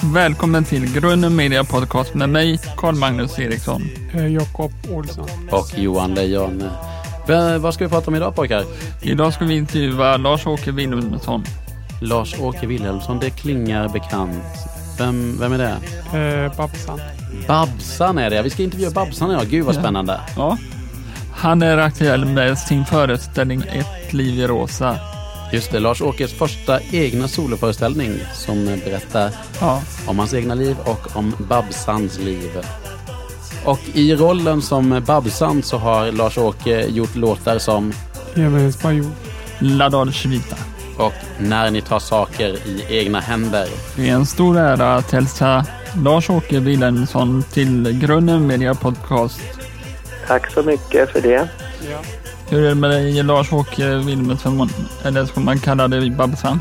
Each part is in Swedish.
välkommen till Grunden Media Podcast med mig, Carl Magnus Eriksson. Jakob Olsson. Och Johan Lejon. Vad ska vi prata om idag, pojkar? Idag ska vi intervjua Lars-Åke Wilhelmsson. Lars-Åke Wilhelmsson, det klingar bekant. Vem är det? Babsan. Babsan är det. Vi ska intervjua Babsan idag. Gud vad spännande. Ja. Han är aktuell med sin föreställning Ett liv i rosa. Just det, Lars-Åkes första egna soloföreställning som berättar om hans egna liv och om Babsans liv. Och i rollen som Babsan så har Lars-Åke gjort låtar som Evens Bajor, La Dolce Vita och När ni tar saker i egna händer. Det är en stor ära att hälsa Lars-Åke Wilhelmsson till Grunden Media Podcast. Tack så mycket för det. Ja. Hur är det med dig, Lars-Åke Wilhelmsson, eller ska man kalla dig Babsan?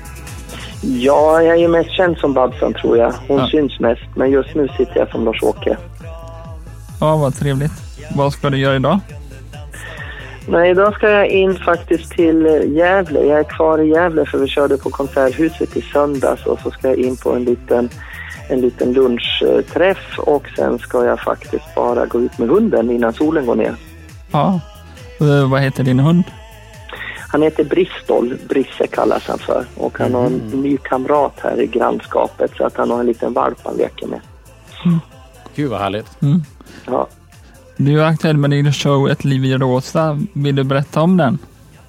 Ja, jag är ju mest känd som Babsan, tror jag. Hon syns mest, men just nu sitter jag som Lars-Åke. Ja, vad trevligt. Vad ska du göra idag? Nej, idag ska jag in faktiskt till Gävle. Jag är kvar i Gävle för vi körde på Konserthuset i söndags, och så ska jag in på en liten lunchträff, och sen ska jag faktiskt bara gå ut med hunden innan solen går ner. Ja. Vad heter din hund? Han heter Bristol, Brisse kallas han för, och han har en ny kamrat här i grannskapet, så att han har en liten valp han leker med. Gud vad härligt. Ja. Du är aktuell med din show Ett liv i rosa. Vill du berätta om den?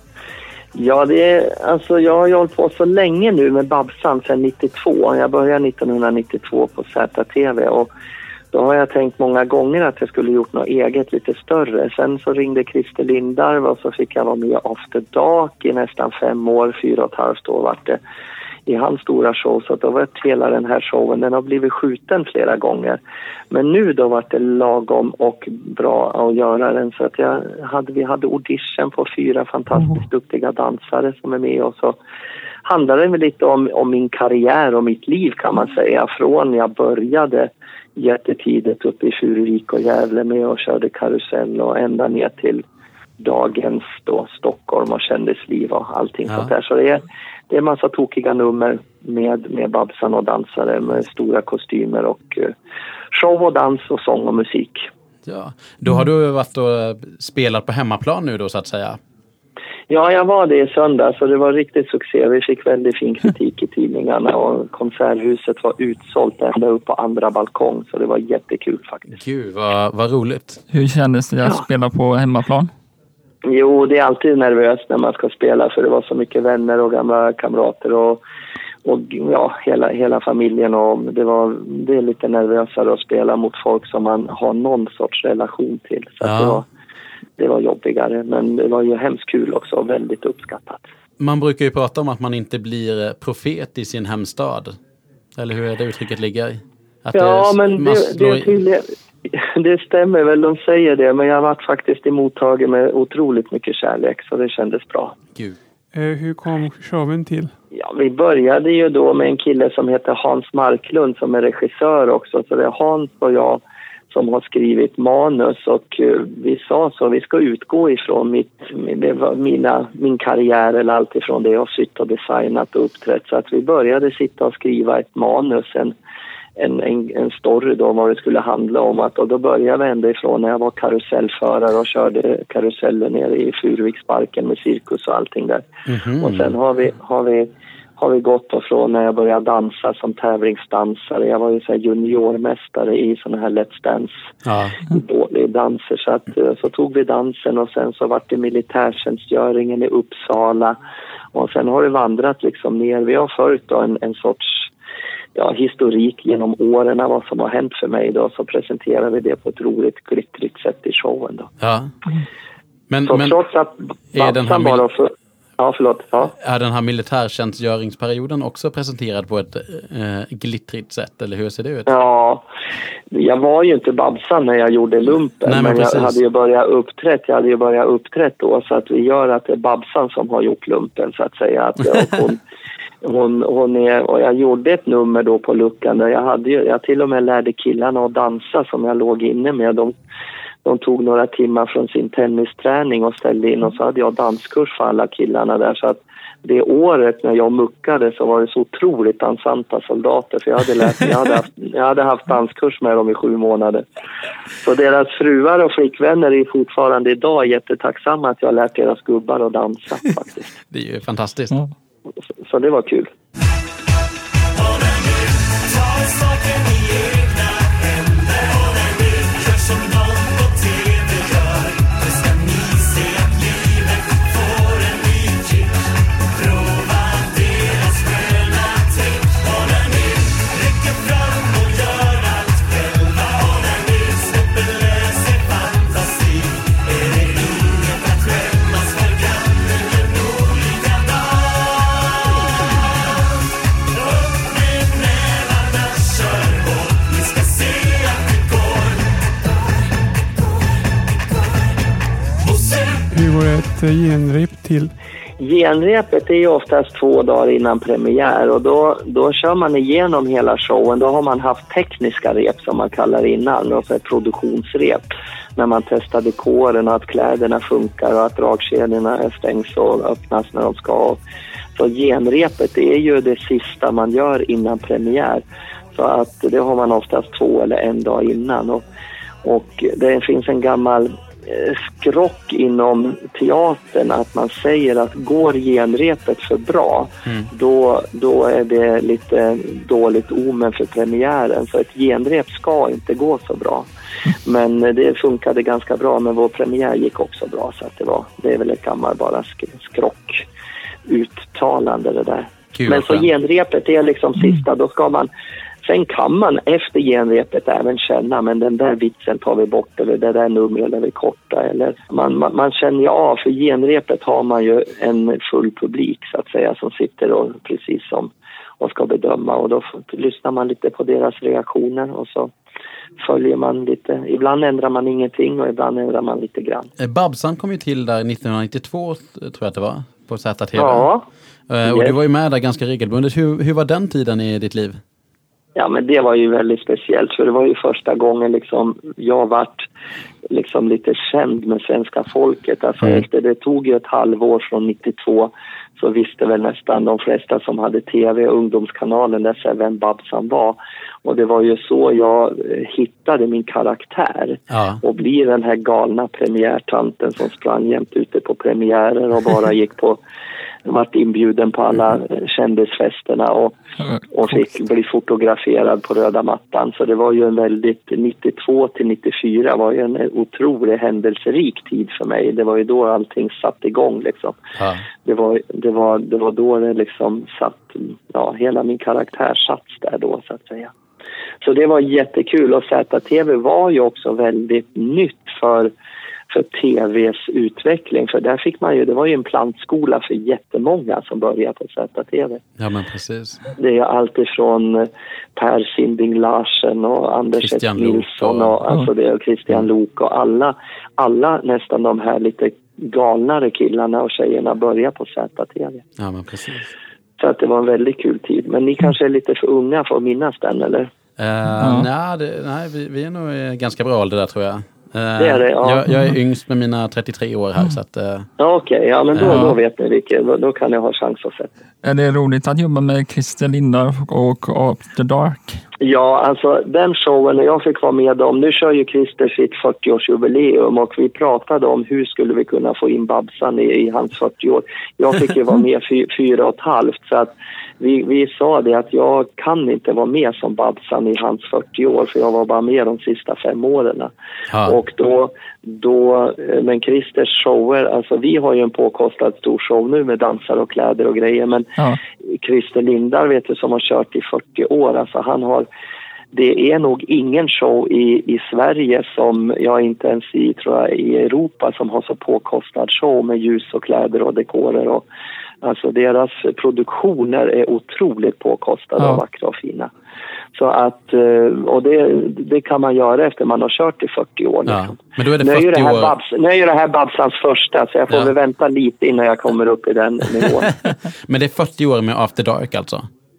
Ja, jag har hållit på så länge nu med Babsan sedan 92. Jag började 1992 på ZTV, och då har jag tänkt många gånger att jag skulle gjort något eget lite större. Sen så ringde Christer Lindarw, och så fick jag vara med After Dark i nästan 5 år, 4,5 år vart det i hans stora show. Så att då var hela den här showen, den har blivit skjuten flera gånger. Men nu då var det lagom och bra att göra den, så att vi hade audition på 4 fantastiskt duktiga dansare som är med, och så handlar det väl lite om min karriär och mitt liv, kan man säga, från jag började jättetidigt uppe i Furuvik och Gävle med och körde karusell, och ända ner till dagens då Stockholm och kändisliv och allting sånt där. Så det är en massa tokiga nummer med Babsan och dansare med stora kostymer och show och dans och sång och musik. Ja, då har du varit och spelat på hemmaplan nu då, så att säga. Ja, jag var det i söndag, så det var riktigt succé. Vi fick väldigt fin kritik i tidningarna, och Konserthuset var utsålt ända upp på andra balkong, så det var jättekul faktiskt. Gud, vad roligt. Hur kändes det att spela på hemmaplan? Jo, det är alltid nervöst när man ska spela, för det var så mycket vänner och gamla kamrater och ja, hela familjen, och det är lite nervösare att spela mot folk som man har någon sorts relation till, så att det var jobbigare, men det var ju hemskt kul också och väldigt uppskattat. Man brukar ju prata om att man inte blir profet i sin hemstad. Eller hur är det uttrycket ligger? Att men det stämmer väl, de säger det, men jag har varit faktiskt emottagen med otroligt mycket kärlek, så det kändes bra. Gud. Hur kom showen till? Ja, vi började ju då med en kille som heter Hans Marklund som är regissör också, så det är Hans och jag som har skrivit manus, och vi sa så, vi ska utgå ifrån min karriär, eller allt ifrån det jag har sytt och designat och uppträtt, så att vi började sitta och skriva ett manus, en story då, vad det skulle handla om, och då började vi ända ifrån när jag var karusellförare och körde karusellen nere i Furuviksparken med cirkus och allting där. Och sen har vi gått från när jag började dansa som tävlingsdansare. Jag var ju så här juniormästare i såna här Let's Dance danser, så att så tog vi dansen, och sen så var det militärtjänstgöringen i Uppsala, och sen har det vandrat liksom ner. Vi har följt då en sorts historik genom åren, vad som har hänt för mig då, så presenterar vi det på ett roligt, glittrigt sätt i showen då. Ja. Men trots att Babsan bara är den här militärtjänstgöringsperioden också presenterad på ett glittrigt sätt, eller hur ser det ut? Ja, jag var ju inte Babsan när jag gjorde lumpen. Nej, men jag hade ju börjat uppträtt då, så att vi gör att det är Babsan som har gjort lumpen, så att säga. Att hon är, och jag gjorde ett nummer då på luckan där jag till och med lärde killarna att dansa som jag låg inne med. De tog några timmar från sin tennisträning och ställde in, och så hade jag danskurs för alla killarna där, så att det året när jag muckade så var det så otroligt dansanta soldater. För jag hade haft danskurs med dem i 7 månader. Så deras fruar och flickvänner är fortfarande idag jättetacksamma att jag har lärt deras gubbar att dansa faktiskt. Det är ju fantastiskt. Så det var kul. Hur går ett genrep till? Genrepet är ju oftast 2 dagar innan premiär och då kör man igenom hela showen. Då har man haft tekniska rep som man kallar innan, och så ett produktionsrep när man testar dekoren och att kläderna funkar och att dragkedjorna stängs och öppnas när de ska. Så genrepet är ju det sista man gör innan premiär, så att det har man oftast 2 eller 1 dag innan. Och det finns en gammal skrock inom teatern att man säger att går genrepet för bra då är det lite dåligt omen för premiären, så ett genrep ska inte gå så bra. Men det funkade ganska bra, men vår premiär gick också bra, så att det är väl ett gammalt bara skrock uttalande det där. Kul, men så genrepet är liksom sista, då ska man. Sen kan man efter genrepet även känna, men den där vitsen tar vi bort, eller det där numret är vi korta, eller man känner ju av, för genrepet har man ju en full publik så att säga som sitter och precis som och ska bedöma, och då lyssnar man lite på deras reaktioner och så följer man lite. Ibland ändrar man ingenting och ibland ändrar man lite grann. Babsan kom ju till där 1992 tror jag att det var, på ZTV. Ja. Och du var ju med där ganska regelbundet. Hur var den tiden i ditt liv? Ja, men det var ju väldigt speciellt, för det var ju första gången liksom jag vart liksom lite känd med svenska folket. Alltså det tog ju ett halvår från 92, så visste väl nästan de flesta som hade tv, ungdomskanalen, där vem Babsan var. Och det var ju så jag hittade min karaktär och blir den här galna premiärtanten som sprang jämt ute på premiärer och bara gick på, varit inbjuden på alla kändisfesterna och fick bli fotograferad på röda mattan. Så det var ju en väldigt, 92 till 94 var ju en otrolig händelserik tid för mig. Det var ju då allting satt igång liksom. Det var då det liksom satt, hela min karaktär satt där då så att säga. Så det var jättekul, och ZTV var ju också väldigt nytt för tvs utveckling, för där fick man ju, det var ju en plantskola för jättemånga som började på ZTV. Ja, men precis. Det är allt ifrån Per Sinding Larsen och Anders Nilsson och alltså det är Christian Lok och alla nästan de här lite galnare killarna och tjejerna började på ZTV. Ja, men precis. Så att det var en väldigt kul tid. Men ni kanske är lite för unga för att minnas den, eller? Nej, vi är nog ganska bra ålder där, tror jag. Det är det, ja. Jag är yngst med mina 33 år här, så att... Okej, ja, men då vet ni vilket. Då kan jag ha chans att sätta. Är det roligt att jobba med Christer Lindar och After Dark? Ja, alltså den showen jag fick vara med om, nu kör ju Christer sitt 40-årsjubileum och vi pratade om hur skulle vi kunna få in Babsan i hans 40 år. Jag fick ju vara med 4,5, så att vi sa det att jag kan inte vara med som Babsan i hans 40 år, för jag var bara med de sista 5 åren. Och då men Christers shower, alltså vi har ju en påkostad stor show nu med dansare och kläder och grejer, men Christer Lindar, vet du, som har kört i 40 år, alltså det är nog ingen show i Sverige, som jag inte ens tror jag, i Europa, som har så påkostad show med ljus och kläder och dekorer, och alltså deras produktioner är otroligt påkostade och vackra och fina. Så att, och det kan man göra efter man har kört i 40 år. Liksom. Men då är det 40 år. Nu är ju det här Babsans första, så jag får väl vänta lite innan jag kommer upp i den nivån. Men det är 40 år med After Dark alltså?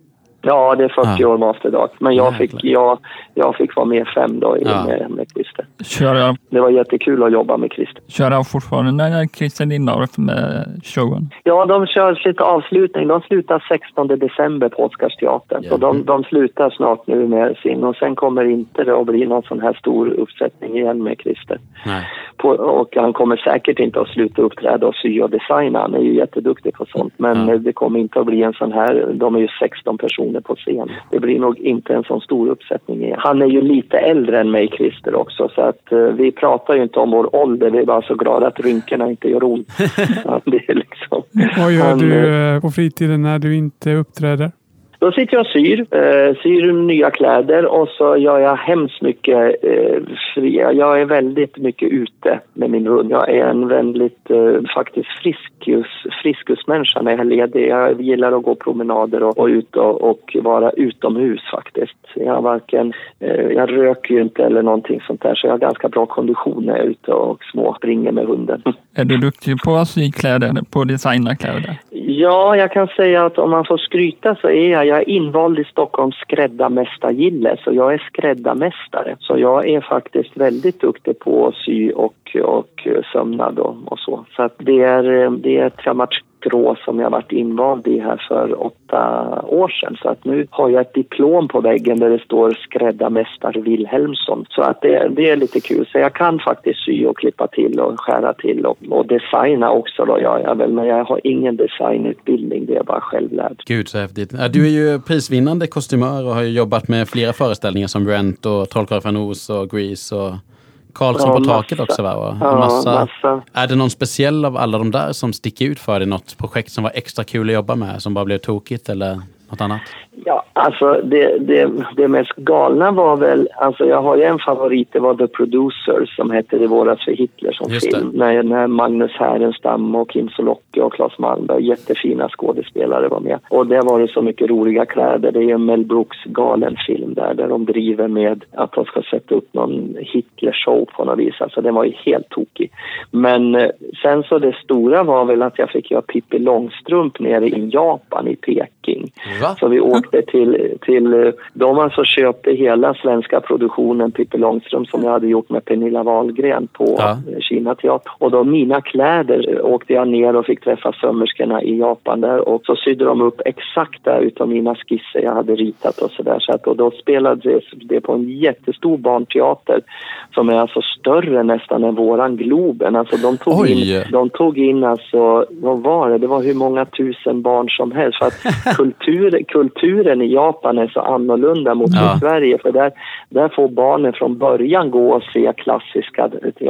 Ja, det är 40 år masterdag. Men jag fick vara med 5 då med Christer. Det var jättekul att jobba med Christer. Kör jag fortfarande Christer Lindorff med showen? Ja, de kör lite avslutning. De slutar 16 december på Oscarsteatern. Så de slutar snart nu med sin. Och sen kommer inte det att bli någon sån här stor uppsättning igen med Christer. Nej. Och han kommer säkert inte att sluta uppträda och sy och designa. Han är ju jätteduktig på sånt. Men det kommer inte att bli en sån här... De är ju 16 personer på scen. Det blir nog inte en sån stor uppsättning igen. Han är ju lite äldre än mig, Christer, också. Så att vi pratar ju inte om vår ålder. Vi är bara så glada att rynkorna inte gör ont. Det är liksom... Vad gör du på fritiden när du inte uppträder? Då sitter jag och syr nya kläder och så gör jag hemskt mycket fria. Jag är väldigt mycket ute med min hund. Jag är en väldigt faktiskt friskusmänniska när jag är ledig. Jag gillar att gå promenader och ut och vara utomhus faktiskt. Jag röker ju inte eller någonting sånt där, så jag har ganska bra kondition när jag är ute och springer med hunden. Är du duktig på att sy kläder, på designa kläder? Ja, jag kan säga att om man får skryta så är jag är invald i Stockholms skräddarmästargille, så jag är skräddarmästare. Så jag är faktiskt väldigt duktig på att sy och sömnad och så. Så att det är Tramatchgrå som jag varit invald i här för 8 år sedan. Så att nu har jag ett diplom på väggen där det står skräddarmästare Wilhelmsson. Så att det är lite kul. Så jag kan faktiskt sy och klippa till och skära till och designa också då. Men jag har ingen designutbildning, det är bara självlärd. Gud så häftigt. Du är ju prisvinnande kostymör och har ju jobbat med flera föreställningar som Rent och Trollkarlen från Oz och Grease och Karlsson på taket också, va? Massa. Är det någon speciell av alla de där som sticker ut för dig? Något projekt som var extra kul att jobba med som bara blev tokigt eller något annat? Ja, alltså det mest galna var väl, alltså jag har ju en favorit, det var The Producers som hette Det våras för Hitler som film. När Magnus Härenstam och Kim Sulocki och Claes Malmberg, jättefina skådespelare, var med. Och där var det så mycket roliga kläder. Det är en Mel Brooks galen film där de driver med att de ska sätta upp någon Hitler-show på något vis. Alltså den var ju helt tokig. Men sen så det stora var väl att jag fick göra Pippi Långstrump nere i Japan, i Peking. Va? Så vi åkte till de alltså köpte hela svenska produktionen Pippi Långstrump som jag hade gjort med Pernilla Wahlgren på Kina teater. Och då mina kläder åkte jag ner och fick träffa sömmerskorna i Japan där, och så sydde de upp exakt där utav mina skisser jag hade ritat och sådär. Så att, och då spelade det på en jättestor barnteater som är alltså större nästan än våran Globen. Alltså de tog in alltså, vad var det? Det var hur många tusen barn som helst, för att kulturen i Japan är så annorlunda mot i Sverige, för där får barnen från början gå och se klassiska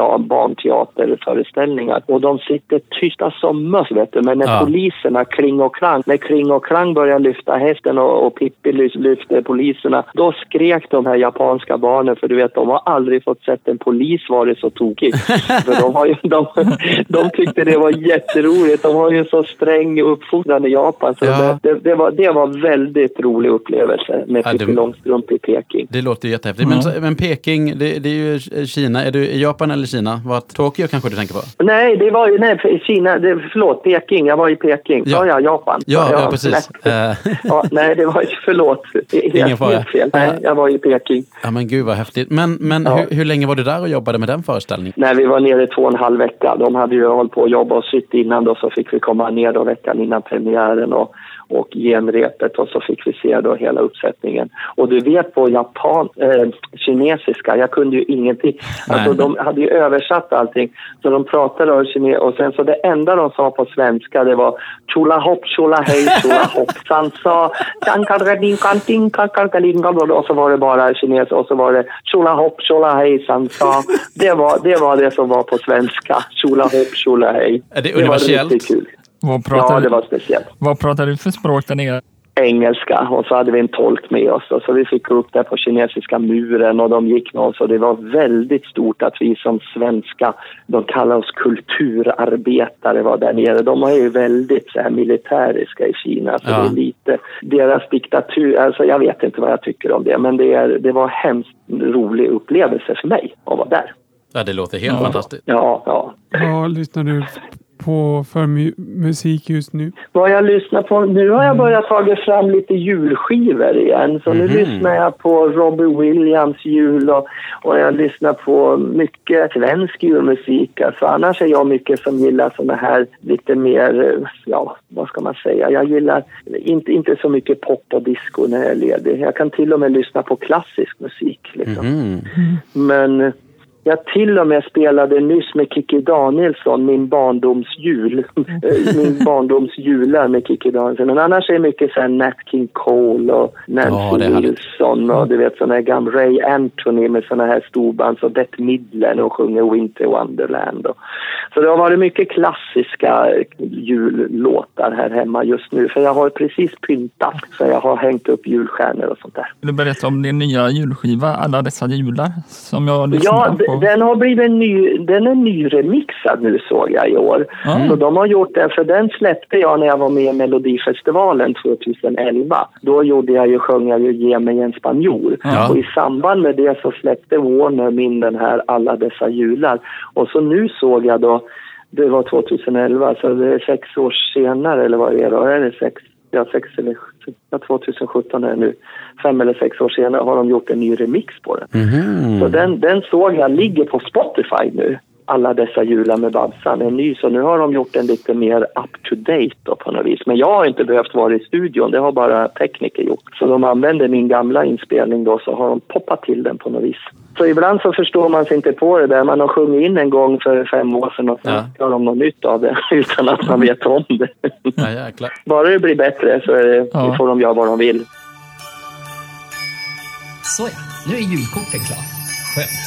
barnteaterföreställningar, och de sitter tysta som möss, vet du. Men när poliserna Kring och Klang börjar lyfta hästen och Pippi lyfter poliserna, då skrek de här japanska barnen, för du vet, de har aldrig fått sett en polis varit så tokig. För de tyckte det var jätteroligt. De har ju så sträng uppfostran i Japan, så det var väldigt rolig upplevelse med Pippi Långstrump i Peking. Det låter jättehäftigt. Men Peking, det är ju Kina. Är du i Japan eller Kina? Tokyo kanske du tänker på? Nej, det var ju Kina. Förlåt, Peking. Jag var i Peking. Ja, Japan. Ja, precis. Nej, det var ju helt fel. Nej, jag var i Peking. Ja, men gud vad häftigt. Men hur länge var du där och jobbade med den föreställningen? Nej, vi var nere 2,5 vecka. De hade ju hållit på att jobba och sytt innan då, så fick vi komma ner då veckan innan premiären och genrepet, och så fick vi se då hela uppsättningen. Och du vet, på kinesiska, jag kunde ju ingenting. Alltså de hade ju översatt allting, så de pratade om kinesiska, och sen så det enda de sa på svenska, det var chula hopp, chula hej, chula hopp. Sen sa och så var det bara kines, och så var det chula hopp, chula hej, sen sa det var det som var på svenska. Chula hopp, chula hej. Är det universellt? Det var kul. Det var speciellt. Vad pratar du för språk där nere? Engelska, och så hade vi en tolk med oss, och så vi fick upp där på kinesiska muren, och de gick med oss, och det var väldigt stort att vi som svenska, de kallar oss kulturarbetare, var där nere. De är ju väldigt så här militäriska i Kina, så det är lite deras diktatur, alltså jag vet inte vad jag tycker om det, men det var en hemskt rolig upplevelse för mig att vara där. Ja, det låter helt fantastiskt. Ja. Vad lyssnar du på för musik just nu? Vad jag lyssnar på, nu har jag börjat ta fram lite julskivor igen. Så nu lyssnar jag på Robbie Williams jul och jag lyssnar på mycket svensk julmusik. Alltså, annars är jag mycket som gillar såna här lite mer, ja, vad ska man säga? Jag gillar inte så mycket pop och disco när jag är ledig. Jag kan till och med lyssna på klassisk musik liksom. Men jag till och med spelade nyss med Kikki Danielsson min barndomsjular med Kikki Danielsson. Men annars är det mycket så här Nat King Cole och Nancy Wilson och du vet såna här gamla Ray Anthony med såna här storbands och Bette Midler och sjunger Winter Wonderland. Så det har varit mycket klassiska jullåtar här hemma just nu. För jag har precis pyntat så jag har hängt upp julstjärnor och sånt där. Vill du berätta om din nya julskiva, Alla dessa jular, som jag lyssnar på? Den har blivit den är nyremixad nu såg jag i år. Så de har gjort den, för den släppte jag när jag var med i Melodifestivalen 2011. Då sjöng jag ju Ge mig en spanjor. Och i samband med det så släppte Warner min den här Alla dessa jular. Och så nu såg jag då, det var 2011 så det är 6 år senare eller vad är det då? Är det 2017 är nu. 5 eller 6 år senare har de gjort en ny remix på den. Så den såg jag ligger på Spotify nu. Alla dessa jular med Babsan är ny, så nu har de gjort en lite mer up to date då, på något vis. Men jag har inte behövt vara i studion, det har bara tekniker gjort. Så de använder min gamla inspelning då, så har de poppat till den på något vis. Så ibland så förstår man sig inte på det där. Man har sjungit in en gång för 5 år sedan och så gör de något nytt av det utan att man vet om det. Bara det blir bättre så får de göra vad de vill. Så nu är julkorten klar. Skönt.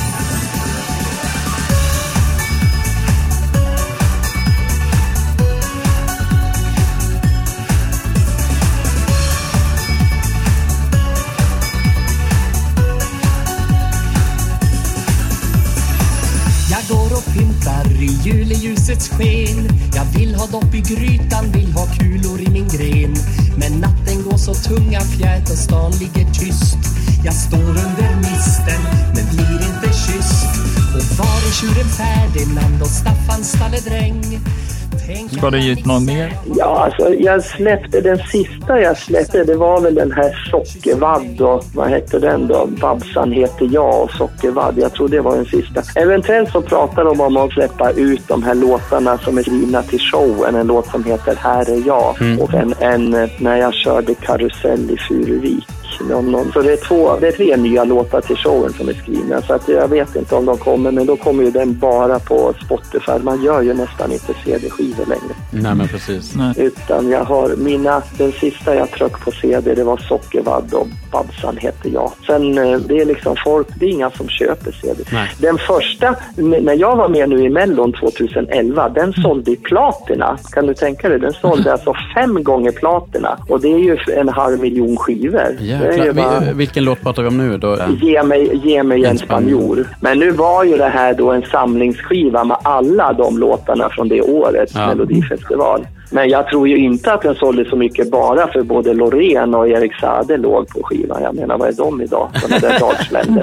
I juleljusets sken. Jag vill ha dopp i grytan, vill ha kulor i min gren. Men natten går så tunga fjät och stan ligger tyst. Jag står under misten, men blir inte kysst. Och var är tjuren Ferdinand och Staffan stalledräng? Ska du ge ut någon mer? Ja, alltså jag släppte den sista jag släppte. Det var väl den här Sockervadd och vad hette den då? Babsan heter jag och Sockervadd. Jag tror det var den sista. Eventuellt så pratar de om att släppa ut de här låtarna som är skrivna till showen. En låt som heter Här är jag och en när jag körde karusell i Furuvik. Så det är 3 nya låtar till showen som är skrivna, så att jag vet inte om de kommer, men då kommer ju den bara på Spotify. Man gör ju nästan inte CD-skivor längre. Nej, men precis. Utan jag har den sista jag tryckte på CD, det var Sockervadd och Babsan heter jag. Sen det är liksom det är inga som köper CD. Nej. Den första, när jag var med nu i Mellon 2011, den sålde i platina. Kan du tänka dig? Den sålde alltså 5 gånger platina. Och det är ju 500 000 skivor. Vilken låt pratar vi om nu då? Ge mig en spanjor. Men nu var ju det här då en samlingsskiva med alla de låtarna från det årets Melodifestival. Men jag tror ju inte att den sålde så mycket bara för både Loreen och Erik Saade låg på skivan. Jag menar, vad är de idag? Sådana där dagsländer.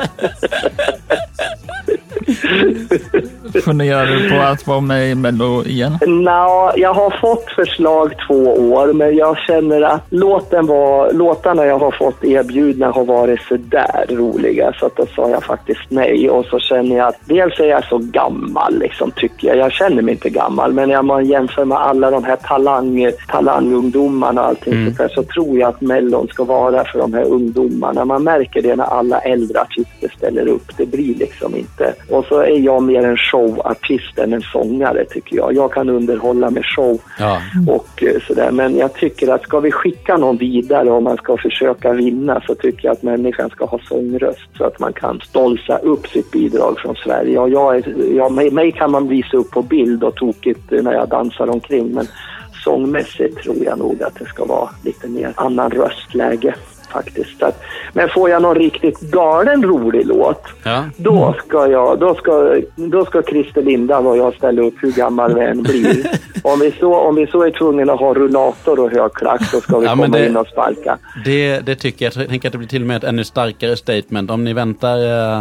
Funderar du på att vara med i Mello igen? Jag har fått förslag 2 år, men jag känner att låtarna jag har fått erbjudna har varit så där roliga, så att då sa jag faktiskt nej. Och så känner jag att dels är jag så gammal liksom, tycker jag. Jag känner mig inte gammal, men när man jämför med alla de här talangungdomarna och allting så tror jag att Mellon ska vara för de här ungdomarna. Man märker det när alla äldre artister ställer upp. Det blir liksom inte. Och så är jag mer en showartist än en sångare, tycker jag. Jag kan underhålla med show och sådär. Men jag tycker att ska vi skicka någon vidare och man ska försöka vinna, så tycker jag att människan ska ha sångröst så att man kan stolsa upp sitt bidrag från Sverige. Och mig kan man visa upp på bild och tokigt när jag dansar omkring, men sångmässigt tror jag nog att det ska vara lite mer annan röstläge faktiskt. Men får jag någon riktigt galen rolig låt, då ska Christer Lindarw och jag ställa upp hur gammal vi än blir. Om vi så är tvungna att ha rullator och högklack, så ska vi komma in och sparka. Det tycker jag. Jag tänker att det blir till och med ett ännu starkare statement om ni väntar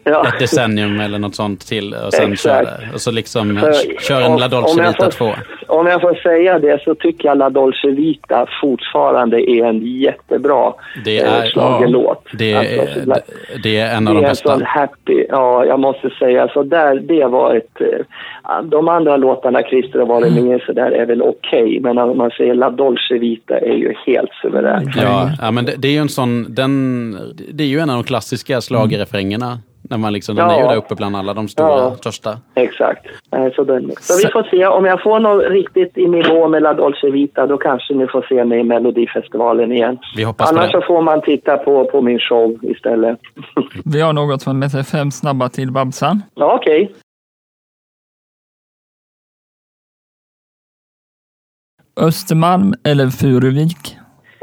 ett decennium eller något sånt till och sen kör det. Och så liksom kör en La Dolce Vita 2. Om jag får säga det så tycker jag La Dolce Vita fortfarande är en jättebra schlagerlåt. Det är en av de bästa. Det är en sån happy, jag måste säga. Så där, det var de andra låtarna Christer har varit med så där är väl okej. Men när man säger La Dolce Vita är ju helt suverän. Ja, men det är ju en sån, det är ju en av de klassiska schlagerrefrängerna. När man liksom, den är ju där uppe bland alla de största. Exakt. Så vi får se, om jag får något riktigt i nivå med La Dolce Vita, då kanske ni får se mig i Melodifestivalen igen. Vi hoppas annars så får man titta på min show istället. Vi har något som heter 5 snabba till Babsan. Ja, okej. Östermalm eller Furuvik?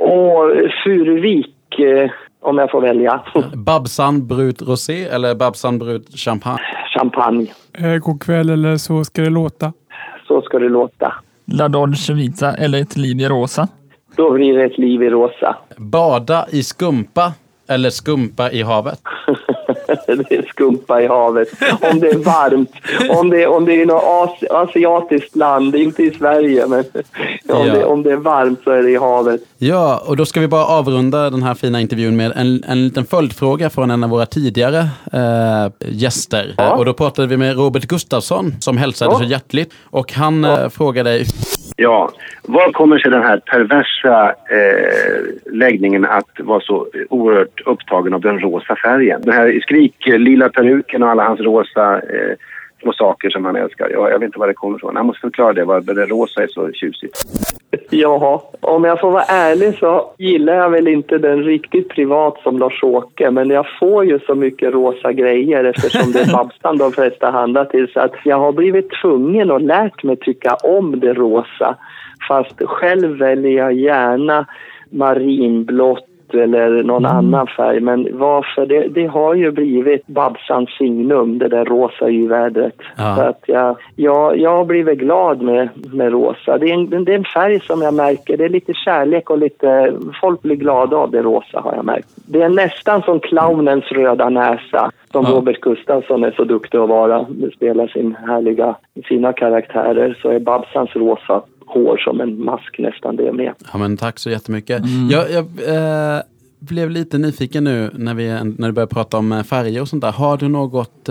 Furuvik, om jag får välja. Babsan Brut Rosé eller Babsan Brut Champagne? Champagne. God kväll eller Så ska det låta? Så ska det låta. La Dolce Vita eller Ett liv i rosa? Då blir det Ett liv i rosa. Bada i skumpa eller skumpa i havet? Det är skumpa i havet. Om det är varmt. Om det är något asiatiskt land, inte i Sverige, men om det är varmt så är det i havet. Ja, och då ska vi bara avrunda den här fina intervjun med en liten följdfråga från en av våra tidigare gäster. Ja. Och då pratade vi med Robert Gustafsson som hälsade så hjärtligt. Och han frågade... Ja, var kommer sig den här perversa läggningen att vara så oerhört upptagen av den rosa färgen? Den här skriklila peruken och alla hans rosa små saker som han älskar. Jag vet inte vad det kommer från. Han måste förklara det, vad det rosa är så tjusigt. Ja, om jag får vara ärlig så gillar jag väl inte den riktigt privat som Lars-Åke, men jag får ju så mycket rosa grejer eftersom det är Babsan de flesta handlar till, så att jag har blivit tvungen och lärt mig tycka om det rosa, fast själv väljer jag gärna marinblått eller någon annan färg, men varför? Det har ju blivit Babsans signum, det där rosa i vädret. Så att jag har blivit glad med rosa. Det är en färg som jag märker, det är lite kärlek och lite, folk blir glada av det rosa har jag märkt. Det är nästan som clownens röda näsa, som Robert Gustafsson är så duktig att vara, spelar sina karaktärer, så är Babsans rosa hår som en mask nästan det med. Ja, men tack så jättemycket. Jag blev lite nyfiken nu när du började prata om färger och sånt där. Har du något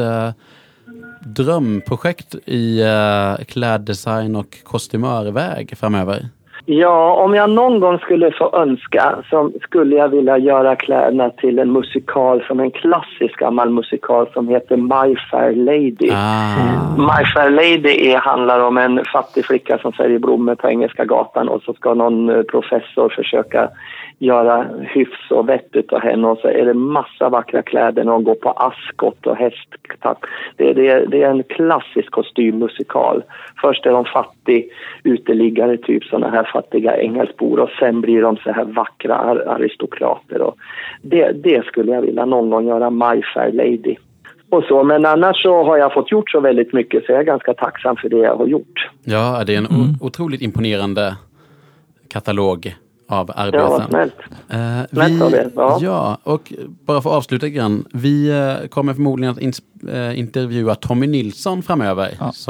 drömprojekt i kläddesign och kostymörväg framöver? Ja, om jag någon gång skulle få önska så skulle jag vilja göra kläderna till en musikal, som en klassisk gammal musikal som heter My Fair Lady. My Fair Lady handlar om en fattig flicka som säljer blommor på Engelska gatan, och så ska någon professor försöka göra hyfs och vett utav henne, och så är det massa vackra kläder när hon går på askott och hästtapp. Det är en klassisk kostymmusikal. Först är de fattig uteliggare, typ såna här fattiga engelsbor, och sen blir de så här vackra aristokrater, och det skulle jag vilja någon gång göra, My Fair Lady. Och så, men annars så har jag fått gjort så väldigt mycket, så jag är ganska tacksam för det jag har gjort. Ja, det är en otroligt imponerande katalog av arbeten. Ja, vad snällt. Ja, och bara för att avsluta grann. Vi kommer förmodligen att intervjua Tommy Nilsson framöver.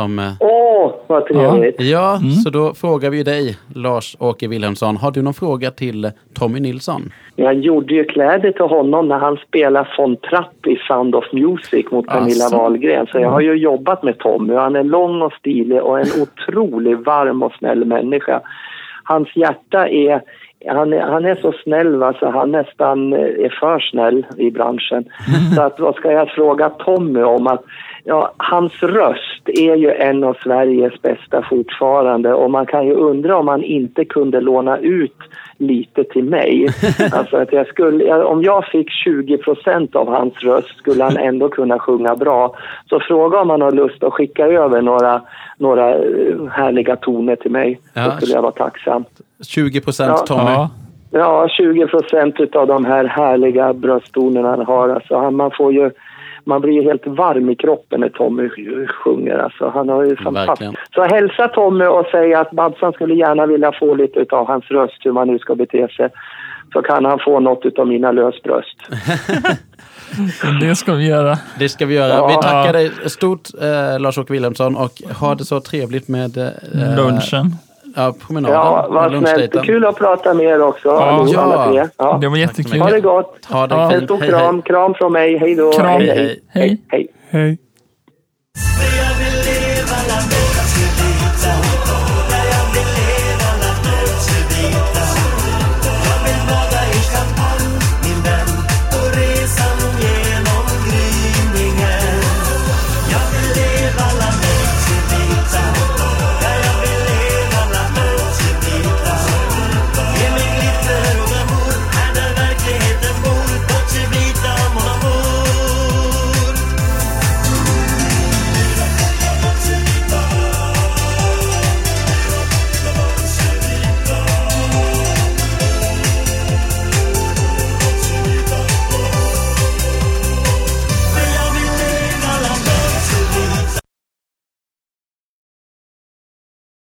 Vad trevligt. Ja, så då frågar vi dig, Lars-Åke Wilhelmsson. Har du någon fråga till Tommy Nilsson? Jag gjorde ju kläder till honom när han spelade von Trapp i Sound of Music mot Pernilla Wahlgren. Så jag har ju jobbat med Tommy. Han är lång och stilig och en otroligt varm och snäll människa. Hans hjärta är... Han är så snäll, va, så han nästan är för snäll i branschen. Så att, vad ska jag fråga Tommy om? Att, hans röst är ju en av Sveriges bästa fortfarande. Och man kan ju undra om han inte kunde låna ut lite till mig. Alltså att om jag fick 20% av hans röst skulle han ändå kunna sjunga bra. Så fråga om han har lust att skicka över några härliga toner till mig. Så skulle jag vara tacksam. 20% Tommy? Ja, 20% av de här härliga brösttonerna han har. Alltså, man blir ju helt varm i kroppen när Tommy sjunger. Alltså, han har ju fantastiskt. Så hälsa Tommy och säga att Babsan skulle gärna vilja få lite av hans röst, hur man nu ska bete sig. Så kan han få något av mina lösbröst. Det ska vi göra. Det ska vi göra. Vi tackar dig stort, Lars-Åke Wilhelmsson, och ha det så trevligt med lunchen. Ja, promenaden. Ja, vad snällt. Kul att prata med er också. Ja. Det var jättekul. Ha det gott. Ha det fint. En stor kram från mig. Hej då. Kram. Hej. Hej.